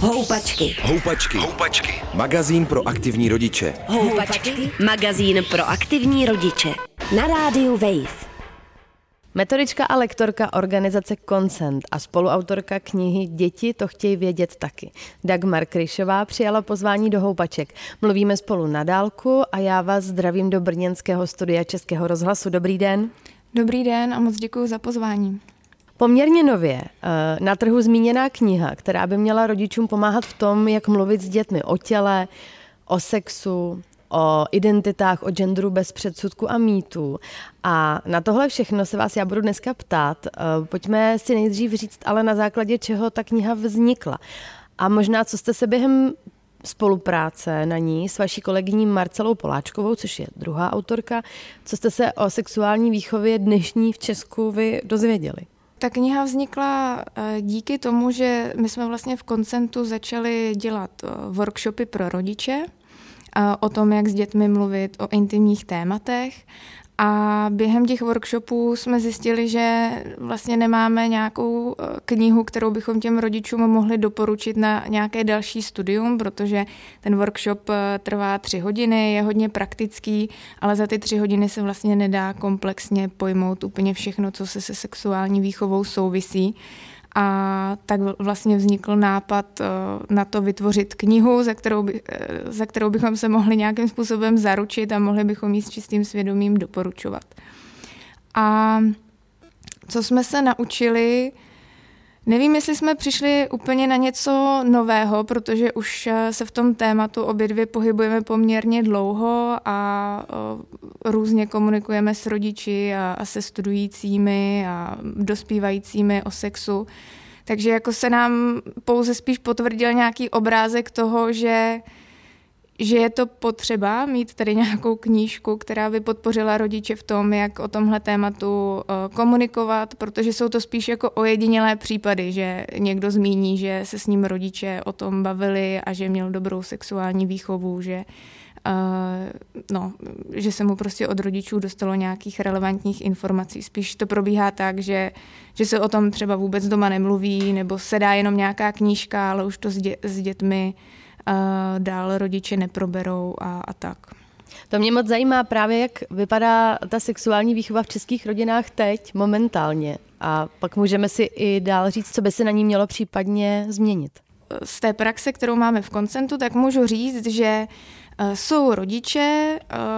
Houpačky. Houpačky. Houpačky. Magazín pro aktivní rodiče. Houpačky. Magazín pro aktivní rodiče. Na rádiu Wave. Metodička a lektorka organizace Consent a spoluautorka knihy Děti to chtějí vědět taky. Dagmar Kryšová přijala pozvání do Houpaček. Mluvíme spolu na dálku a já vás zdravím do brněnského studia Českého rozhlasu. Dobrý den. Dobrý den a moc děkuji za pozvání. Poměrně nově na trhu zmíněná kniha, která by měla rodičům pomáhat v tom, jak mluvit s dětmi o těle, o sexu, o identitách, o genderu bez předsudku a mýtů. A na tohle všechno se vás já budu dneska ptát. Pojďme si nejdřív říct, ale na základě čeho ta kniha vznikla. A možná, co jste se během spolupráce na ní s vaší kolegyní Marcelou Poláčkovou, což je druhá autorka, co jste se o sexuální výchově dnešní v Česku vy dozvěděli? Ta kniha vznikla díky tomu, že my jsme vlastně v Consentu začali dělat workshopy pro rodiče o tom, jak s dětmi mluvit o intimních tématech. A během těch workshopů jsme zjistili, že vlastně nemáme nějakou knihu, kterou bychom těm rodičům mohli doporučit na nějaké další studium, protože ten workshop trvá 3 hodiny, je hodně praktický, ale za ty 3 hodiny se vlastně nedá komplexně pojmout úplně všechno, co se sexuální výchovou souvisí. A tak vlastně vznikl nápad na to vytvořit knihu, za kterou bychom se mohli nějakým způsobem zaručit a mohli bychom ji s čistým svědomím doporučovat. A co jsme se naučili, nevím, jestli jsme přišli úplně na něco nového, protože už se v tom tématu obě dvě pohybujeme poměrně dlouho a různě komunikujeme s rodiči a se studujícími a dospívajícími o sexu. Takže jako se nám pouze spíš potvrdil nějaký obrázek toho, že je to potřeba mít tady nějakou knížku, která by podpořila rodiče v tom, jak o tomhle tématu komunikovat, protože jsou to spíš jako ojedinělé případy, že někdo zmíní, že se s ním rodiče o tom bavili a že měl dobrou sexuální výchovu, že se mu prostě od rodičů dostalo nějakých relevantních informací. Spíš to probíhá tak, že se o tom třeba vůbec doma nemluví, nebo se dá jenom nějaká knížka, ale už to s dětmi dál rodiče neproberou a tak. To mě moc zajímá právě, jak vypadá ta sexuální výchova v českých rodinách teď, momentálně. A pak můžeme si i dál říct, co by se na ní mělo případně změnit. Z té praxe, kterou máme v Consentu, tak můžu říct, že jsou rodiče,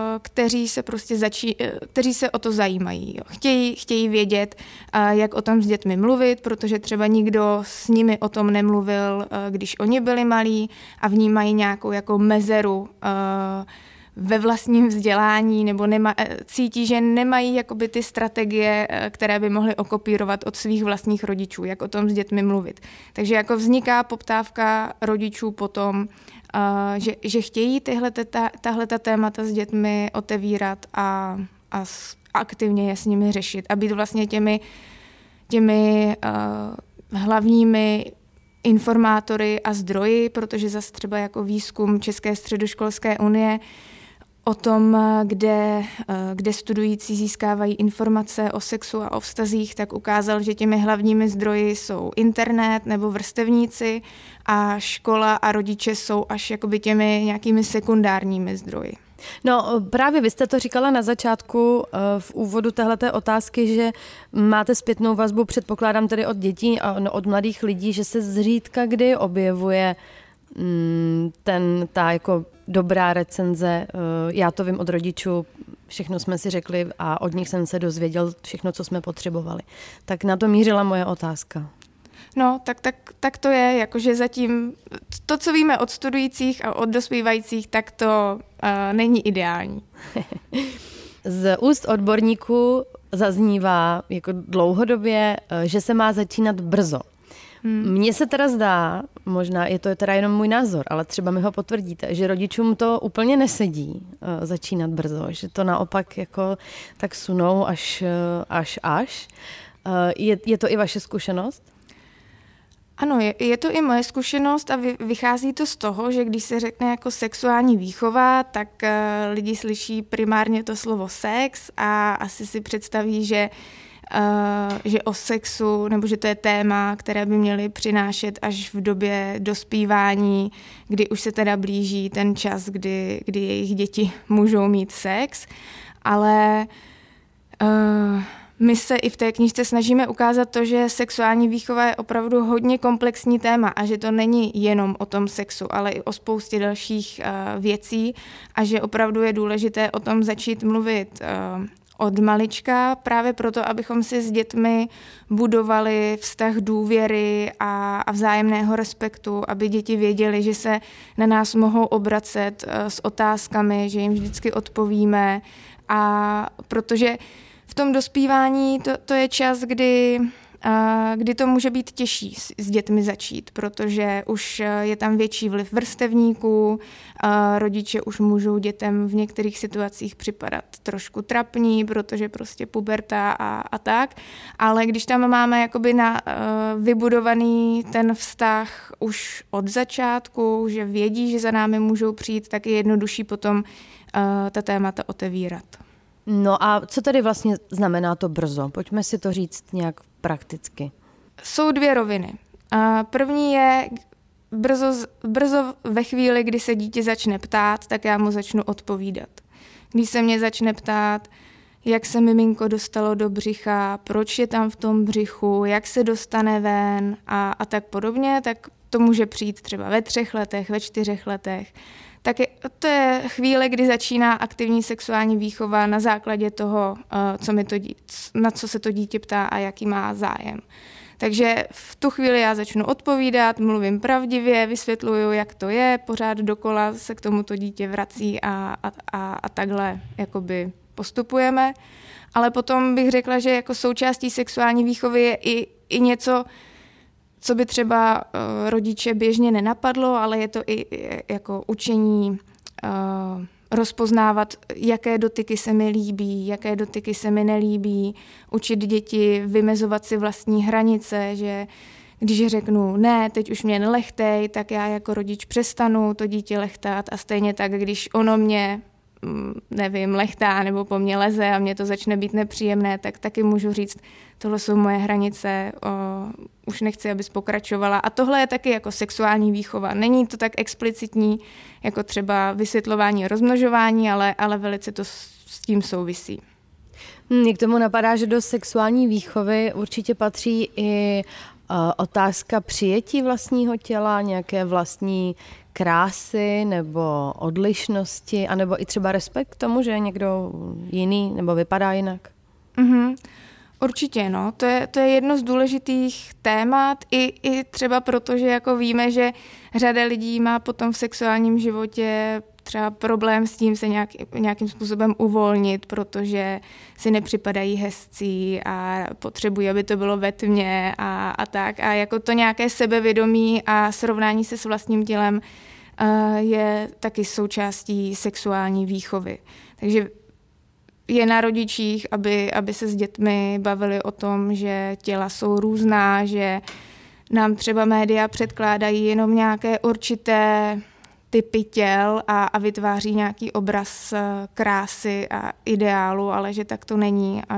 kteří se o to zajímají. Chtějí vědět, jak o tom s dětmi mluvit, protože třeba nikdo s nimi o tom nemluvil, když oni byli malí a vnímají nějakou jako mezeru ve vlastním vzdělání nebo cítí, že nemají jakoby ty strategie, které by mohly okopírovat od svých vlastních rodičů, jak o tom s dětmi mluvit. Takže jako vzniká poptávka rodičů potom, že chtějí tahleta témata s dětmi otevírat a aktivně je s nimi řešit a být vlastně těmi hlavními informátory a zdroji, protože zase třeba jako výzkum České středoškolské unie o tom, kde studující získávají informace o sexu a o vztazích, tak ukázal, že těmi hlavními zdroji jsou internet nebo vrstevníci a škola a rodiče jsou až jakoby těmi nějakými sekundárními zdroji. No právě vy jste to říkala na začátku v úvodu téhleté otázky, že máte zpětnou vazbu, předpokládám tedy od dětí a od mladých lidí, že se zřídka kdy objevuje ta jako dobrá recenze, já to vím od rodičů, všechno jsme si řekli a od nich jsem se dozvěděl všechno, co jsme potřebovali. Tak na to mířila moje otázka. No, tak to je, jakože zatím to, co víme od studujících a od dospívajících, tak to není ideální. Z úst odborníků zaznívá jako dlouhodobě, že se má začínat brzo. Mně se teda zdá, možná je to teda jenom můj názor, ale třeba mi ho potvrdíte, že rodičům to úplně nesedí začínat brzo, že to naopak jako tak sunou až. Je to i vaše zkušenost? Ano, je to i moje zkušenost a vychází to z toho, že když se řekne jako sexuální výchova, tak lidi slyší primárně to slovo sex a asi si představí, že že o sexu, nebo že to je téma, které by měly přinášet až v době dospívání, kdy už se teda blíží ten čas, kdy jejich děti můžou mít sex, ale my se i v té knížce snažíme ukázat to, že sexuální výchova je opravdu hodně komplexní téma a že to není jenom o tom sexu, ale i o spoustě dalších věcí a že opravdu je důležité o tom začít mluvit od malička, právě proto, abychom si s dětmi budovali vztah důvěry a vzájemného respektu, aby děti věděly, že se na nás mohou obracet s otázkami, že jim vždycky odpovíme, a protože v tom dospívání to je čas, kdy to může být těžší s dětmi začít, protože už je tam větší vliv vrstevníků, rodiče už můžou dětem v některých situacích připadat trošku trapní, protože prostě puberta a tak, ale když tam máme jakoby vybudovaný ten vztah už od začátku, že vědí, že za námi můžou přijít, tak je jednodušší potom ta témata otevírat. No a co tedy vlastně znamená to brzo? Pojďme si to říct nějak prakticky. Jsou dvě roviny. První je brzo ve chvíli, kdy se dítě začne ptát, tak já mu začnu odpovídat. Když se mě začne ptát, jak se miminko dostalo do břicha, proč je tam v tom břichu, jak se dostane ven a tak podobně, tak to může přijít třeba ve 3 letech, ve 4 letech. Tak to je chvíle, kdy začíná aktivní sexuální výchova na základě toho, na co se to dítě ptá a jaký má zájem. Takže v tu chvíli já začnu odpovídat, mluvím pravdivě, vysvětluju, jak to je, pořád dokola se k tomuto dítě vrací a takhle jakoby postupujeme. Ale potom bych řekla, že jako součástí sexuální výchovy je i něco, co by třeba rodiče běžně nenapadlo, ale je to i jako učení rozpoznávat, jaké dotyky se mi líbí, jaké dotyky se mi nelíbí, učit děti vymezovat si vlastní hranice, že když řeknu ne, teď už mě nelechtej, tak já jako rodič přestanu to dítě lechtat a stejně tak, když ono mě lechtá nebo po mně leze a mě to začne být nepříjemné, tak taky můžu říct, tohle jsou moje hranice, už nechci, abys pokračovala. A tohle je taky jako sexuální výchova. Není to tak explicitní, jako třeba vysvětlování a rozmnožování, ale velice to s tím souvisí. Mně k tomu napadá, že do sexuální výchovy určitě patří i otázka přijetí vlastního těla, nějaké vlastní krásy nebo odlišnosti, anebo i třeba respekt k tomu, že je někdo jiný nebo vypadá jinak? Mm-hmm. Určitě, no. To je jedno z důležitých témat, i třeba proto, že jako víme, že řada lidí má potom v sexuálním životě třeba problém s tím se nějakým způsobem uvolnit, protože si nepřipadají hezcí a potřebují, aby to bylo ve tmě a tak. A jako to nějaké sebevědomí a srovnání se s vlastním tělem je taky součástí sexuální výchovy. Takže je na rodičích, aby se s dětmi bavili o tom, že těla jsou různá, že nám třeba média předkládají jenom nějaké určité typy těl a vytváří nějaký obraz krásy a ideálu, ale že tak to není a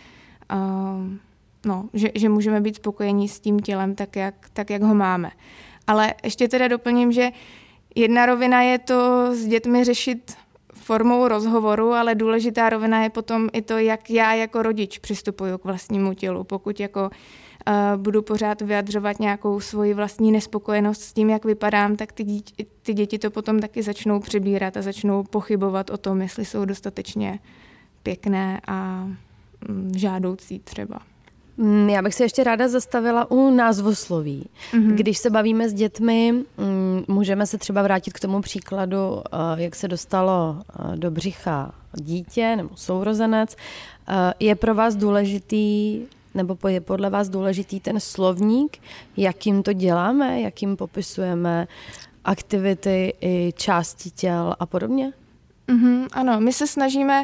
že můžeme být spokojení s tím tělem tak, jak ho máme. Ale ještě teda doplním, že jedna rovina je to s dětmi řešit formou rozhovoru, ale důležitá rovina je potom i to, jak já jako rodič přistupuju k vlastnímu tělu. Pokud jako budu pořád vyjadřovat nějakou svoji vlastní nespokojenost s tím, jak vypadám, tak ty děti to potom taky začnou přibírat a začnou pochybovat o tom, jestli jsou dostatečně pěkné a žádoucí třeba. Já bych se ještě ráda zastavila u názvosloví. Mm-hmm. Když se bavíme s dětmi, můžeme se třeba vrátit k tomu příkladu, jak se dostalo do břicha dítě nebo sourozenec. Je pro vás důležitý, nebo je podle vás důležitý ten slovník, jakým to děláme, jakým popisujeme aktivity i části těl a podobně? Mm-hmm, ano, my se snažíme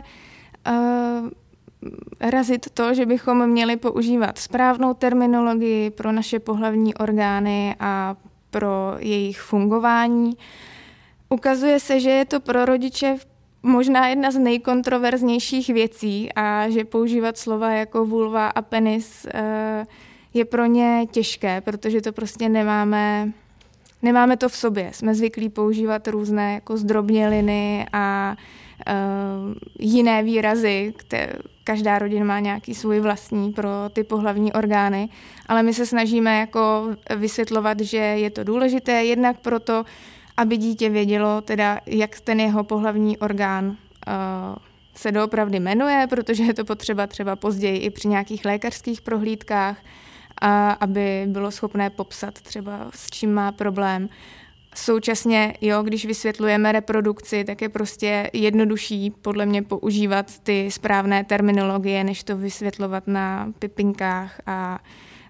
razit to, že bychom měli používat správnou terminologii pro naše pohlavní orgány a pro jejich fungování. Ukazuje se, že je to pro rodiče možná jedna z nejkontroverznějších věcí a že používat slova jako vulva a penis je pro ně těžké, protože to prostě nemáme to v sobě. Jsme zvyklí používat různé jako zdrobněliny a jiné výrazy, každá rodina má nějaký svůj vlastní pro ty pohlavní orgány, ale my se snažíme jako vysvětlovat, že je to důležité jednak proto, aby dítě vědělo, teda, jak ten jeho pohlavní orgán se doopravdy jmenuje, protože je to potřeba třeba později i při nějakých lékařských prohlídkách, a aby bylo schopné popsat třeba, s čím má problém. Současně, když vysvětlujeme reprodukci, tak je prostě jednodušší podle mě používat ty správné terminologie, než to vysvětlovat na pipinkách a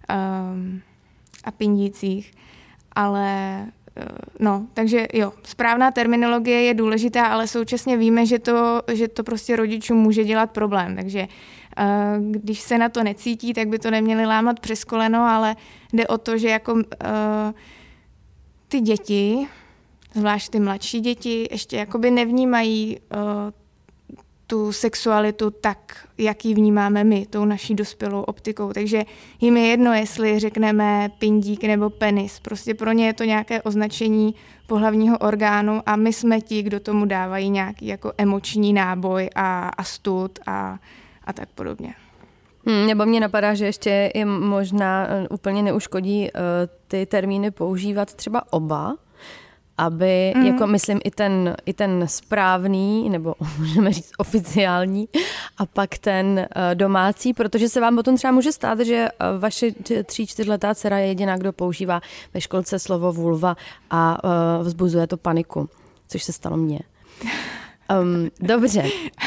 pindících. Ale takže správná terminologie je důležitá, ale současně víme, že to prostě rodičům může dělat problém. Takže když se na to necítí, tak by to neměli lámat přes koleno, ale jde o to, že jako ty děti, zvlášť ty mladší děti, ještě jakoby nevnímají tu sexualitu tak, jak ji vnímáme my, tou naší dospělou optikou. Takže jim je jedno, jestli řekneme pindík nebo penis. Prostě pro ně je to nějaké označení pohlavního orgánu a my jsme ti, kdo tomu dávají nějaký jako emoční náboj a stud a tak podobně. Nebo mě napadá, že ještě je možná úplně neuškodí ty termíny používat třeba oba, aby, jako myslím, i ten správný, nebo můžeme říct oficiální, a pak ten domácí, protože se vám potom třeba může stát, že vaše 3-4letá dcera je jediná, kdo používá ve školce slovo vulva a vzbuzuje to paniku, což se stalo mně. Dobře.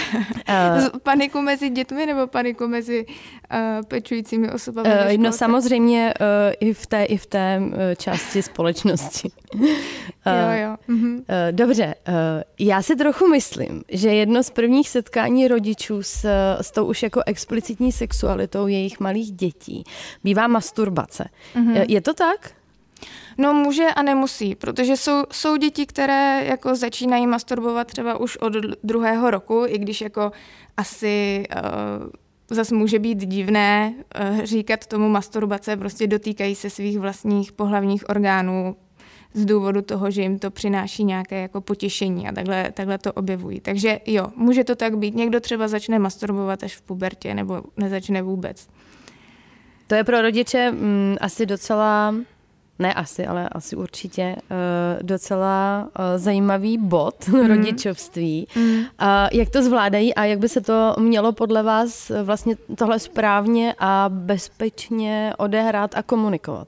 Paniku mezi dětmi nebo paniku mezi pečujícími osobami? No samozřejmě i v té části společnosti. Jo. Mhm. Dobře, já si trochu myslím, že jedno z prvních setkání rodičů s tou už jako explicitní sexualitou jejich malých dětí bývá masturbace. Mhm. Je to tak? No může a nemusí, protože jsou děti, které jako začínají masturbovat třeba už od 2. roku, i když jako asi zas může být divné říkat tomu masturbace, prostě dotýkají se svých vlastních pohlavních orgánů z důvodu toho, že jim to přináší nějaké jako potěšení a takhle to objevují. Takže může to tak být. Někdo třeba začne masturbovat až v pubertě nebo nezačne vůbec. To je pro rodiče asi docela... Ne asi, ale asi určitě docela zajímavý bod rodičovství. Jak to zvládají a jak by se to mělo podle vás vlastně tohle správně a bezpečně odehrát a komunikovat?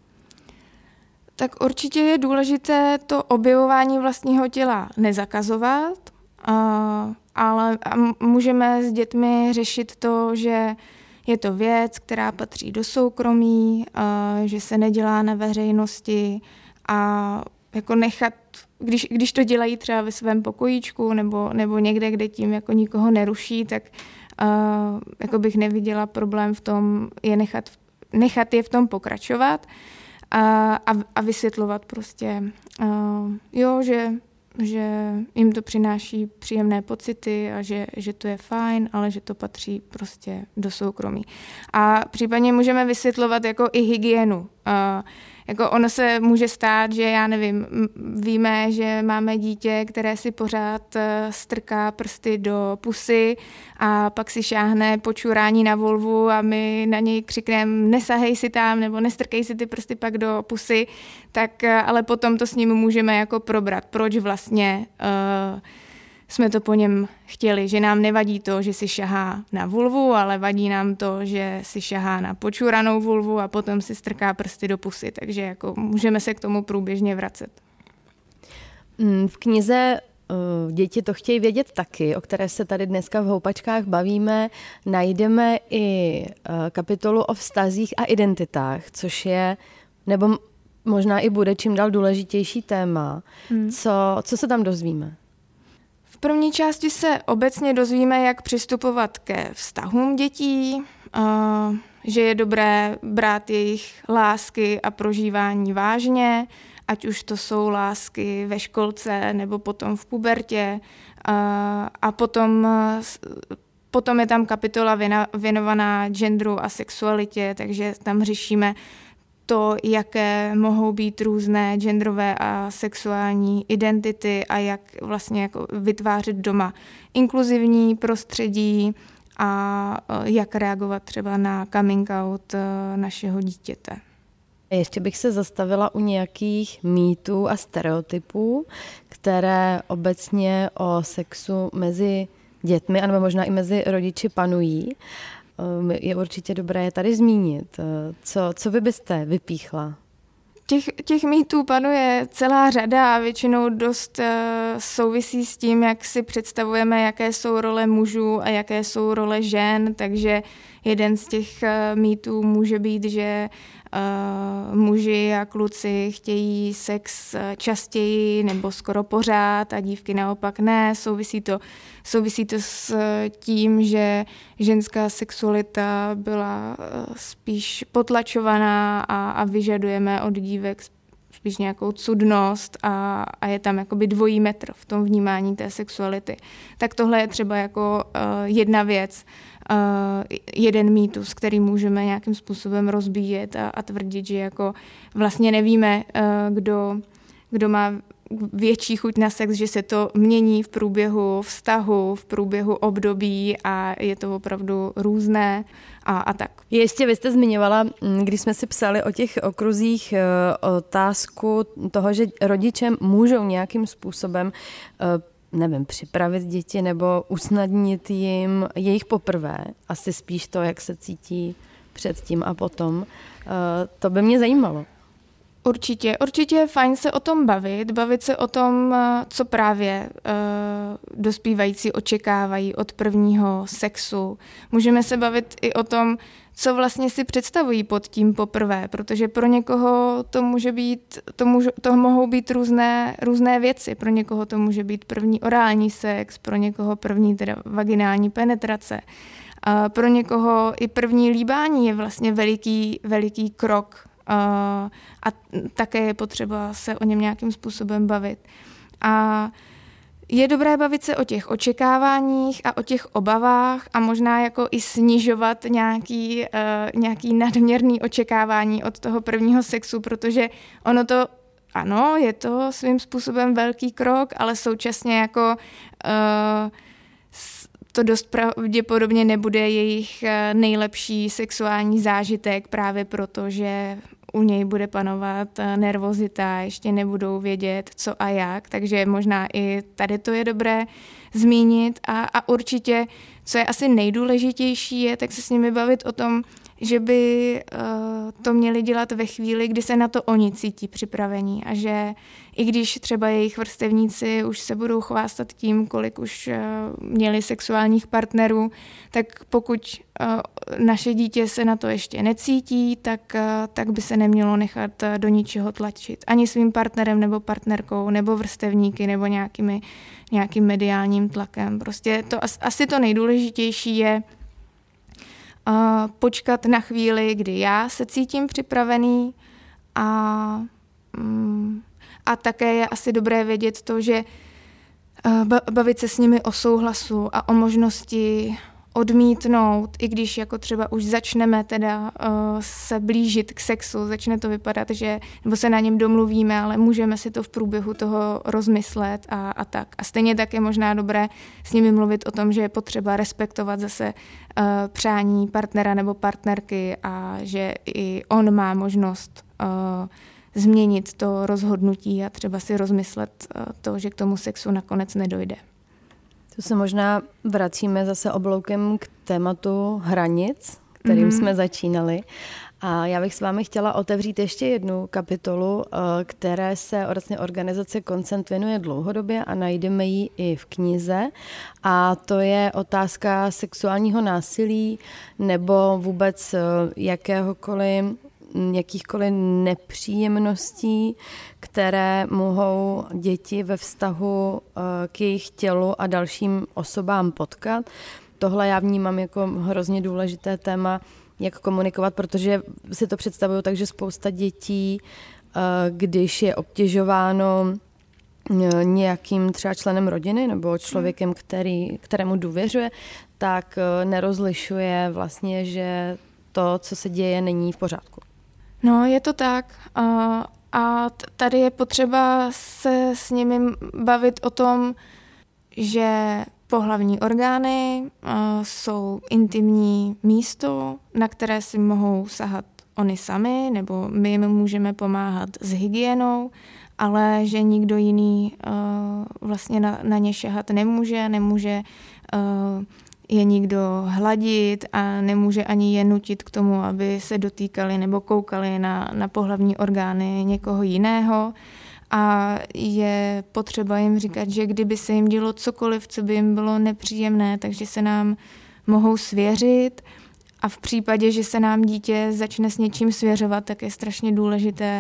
Tak určitě je důležité to objevování vlastního těla nezakazovat, ale můžeme s dětmi řešit to, že je to věc, která patří do soukromí, že se nedělá na veřejnosti a jako nechat, když to dělají třeba ve svém pokojíčku nebo někde, kde tím jako nikoho neruší, tak jako bych neviděla problém v tom je nechat je v tom pokračovat a vysvětlovat prostě, že jim to přináší příjemné pocity a že to je fajn, ale že to patří prostě do soukromí. A případně můžeme vysvětlovat jako i hygienu. Jako ono se může stát, že já nevím, víme, že máme dítě, které si pořád strká prsty do pusy a pak si šáhne po čurání na vulvu a my na něj křikneme nesahej si tam nebo nestrkej si ty prsty pak do pusy, tak ale potom to s ním můžeme jako probrat. Proč vlastně jsme to po něm chtěli, že nám nevadí to, že si šahá na vulvu, ale vadí nám to, že si šahá na počuranou vulvu a potom si strká prsty do pusy, takže jako můžeme se k tomu průběžně vracet. V knize Děti to chtějí vědět taky, o které se tady dneska v Houpačkách bavíme, najdeme i kapitolu o vztazích a identitách, což je, nebo možná i bude čím dál důležitější téma. Co se tam dozvíme? V první části se obecně dozvíme, jak přistupovat ke vztahům dětí, že je dobré brát jejich lásky a prožívání vážně ať už to jsou lásky ve školce nebo potom v pubertě a potom je tam kapitola věnovaná genderu a sexualitě, takže tam řešíme to, jaké mohou být různé genderové a sexuální identity a jak vlastně jako vytvářet doma inkluzivní prostředí a jak reagovat třeba na coming out našeho dítěte. Ještě bych se zastavila u nějakých mýtů a stereotypů, které obecně o sexu mezi dětmi, anebo možná i mezi rodiči panují. Je určitě dobré je tady zmínit. Co vy byste vypíchla? Těch mýtů panuje celá řada a většinou dost souvisí s tím, jak si představujeme, jaké jsou role mužů a jaké jsou role žen, takže jeden z těch mýtů může být, že muži a kluci chtějí sex častěji nebo skoro pořád a dívky naopak ne. Souvisí to s tím, že ženská sexualita byla spíš potlačovaná a vyžadujeme od dívek spíš nějakou cudnost a je tam jakoby dvojí metr v tom vnímání té sexuality. Tak tohle je třeba jako jedna věc, jeden mýtus, který můžeme nějakým způsobem rozbíjet a tvrdit, že jako vlastně nevíme, kdo má větší chuť na sex, že se to mění v průběhu vztahu, v průběhu období a je to opravdu různé a tak. Ještě vy jste zmiňovala, když jsme si psali o těch okruzích, otázku toho, že rodiče můžou nějakým způsobem připravit děti nebo usnadnit jim jejich poprvé. Asi spíš to, jak se cítí předtím a potom. To by mě zajímalo. Určitě je fajn se o tom bavit se o tom, co právě dospívající očekávají od prvního sexu. Můžeme se bavit i o tom, co vlastně si představují pod tím poprvé, protože pro někoho to mohou být různé věci. Pro někoho to může být první orální sex, pro někoho první teda vaginální penetrace. A pro někoho i první líbání je vlastně veliký krok a také je potřeba se o něm nějakým způsobem bavit. A je dobré bavit se o těch očekáváních a o těch obavách a možná jako i snižovat nějaký nadměrný očekávání od toho prvního sexu, protože ono to, ano, je to svým způsobem velký krok, ale současně jako to dost pravděpodobně nebude jejich nejlepší sexuální zážitek právě proto, že u něj bude panovat nervozita, ještě nebudou vědět, co a jak, takže možná i tady to je dobré zmínit a určitě, co je asi nejdůležitější, je tak se s nimi bavit o tom, že by to měli dělat ve chvíli, kdy se na to oni cítí připravení a že i když třeba jejich vrstevníci už se budou chvástat tím, kolik už měli sexuálních partnerů, tak pokud naše dítě se na to ještě necítí, tak by se nemělo nechat do ničeho tlačit. Ani svým partnerem nebo partnerkou, nebo vrstevníky, nebo nějakým mediálním tlakem. Prostě asi to nejdůležitější je počkat na chvíli, kdy já se cítím připravený a také je asi dobré vědět to, že bavit se s nimi o souhlasu a o možnosti odmítnout, i když jako třeba už začneme teda se blížit k sexu, začne to vypadat, že nebo se na něm domluvíme, ale můžeme si to v průběhu toho rozmyslet a tak. A stejně tak je možná dobré s nimi mluvit o tom, že je potřeba respektovat zase přání partnera nebo partnerky a že i on má možnost změnit to rozhodnutí a třeba si rozmyslet to, že k tomu sexu nakonec nedojde. To se možná vracíme zase obloukem k tématu hranic, kterým jsme začínali. A já bych s vámi chtěla otevřít ještě jednu kapitolu, které se vlastně organizace Consent věnuje dlouhodobě a najdeme ji i v knize. A to je otázka sexuálního násilí nebo vůbec jakýchkoliv nepříjemností, které mohou děti ve vztahu k jejich tělu a dalším osobám potkat. Tohle já vnímám jako hrozně důležité téma, jak komunikovat, protože si to představuju tak, že spousta dětí když je obtěžováno nějakým třeba členem rodiny nebo člověkem, kterému důvěřuje, tak nerozlišuje vlastně, že to, co se děje, není v pořádku. No, je to tak. A tady je potřeba se s nimi bavit o tom, že pohlavní orgány jsou intimní místo, na které si mohou sahat oni sami, nebo my jim můžeme pomáhat s hygienou, ale že nikdo jiný vlastně na ně šahat nemůže je nikdo hladit a nemůže ani je nutit k tomu, aby se dotýkali nebo koukali na pohlavní orgány někoho jiného. A je potřeba jim říkat, že kdyby se jim dělo cokoliv, co by jim bylo nepříjemné, takže se nám mohou svěřit. A v případě, že se nám dítě začne s něčím svěřovat, tak je strašně důležité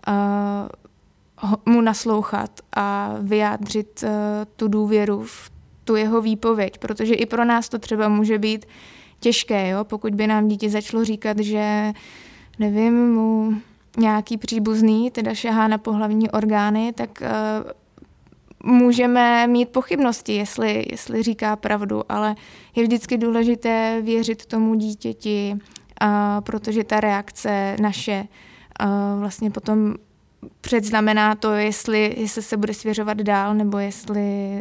mu naslouchat a vyjádřit tu důvěru v tu jeho výpověď, protože i pro nás to třeba může být těžké, jo? Pokud by nám dítě začalo říkat, že nevím, mu nějaký příbuzný teda šahá na pohlavní orgány, tak můžeme mít pochybnosti, jestli říká pravdu, ale je vždycky důležité věřit tomu dítěti, protože ta reakce naše vlastně potom předznamená to, jestli se bude svěřovat dál, nebo jestli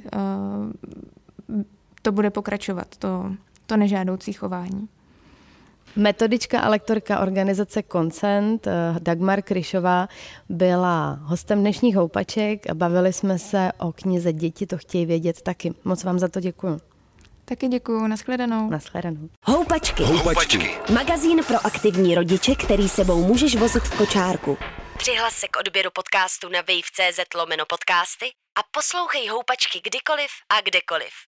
to bude pokračovat, to nežádoucí chování. Metodička a lektorka organizace Consent Dagmar Kryšová byla hostem dnešních houpaček a bavili jsme se o knize Děti to chtějí vědět taky. Moc vám za to děkuju. Taky děkuju, nashledanou. Nashledanou. Houpačky. Magazín pro aktivní rodiče, který sebou můžeš vozit v kočárku. Přihlas se k odběru podcastu na wave.cz/podcasty a poslouchej Houpačky kdykoliv a kdekoliv.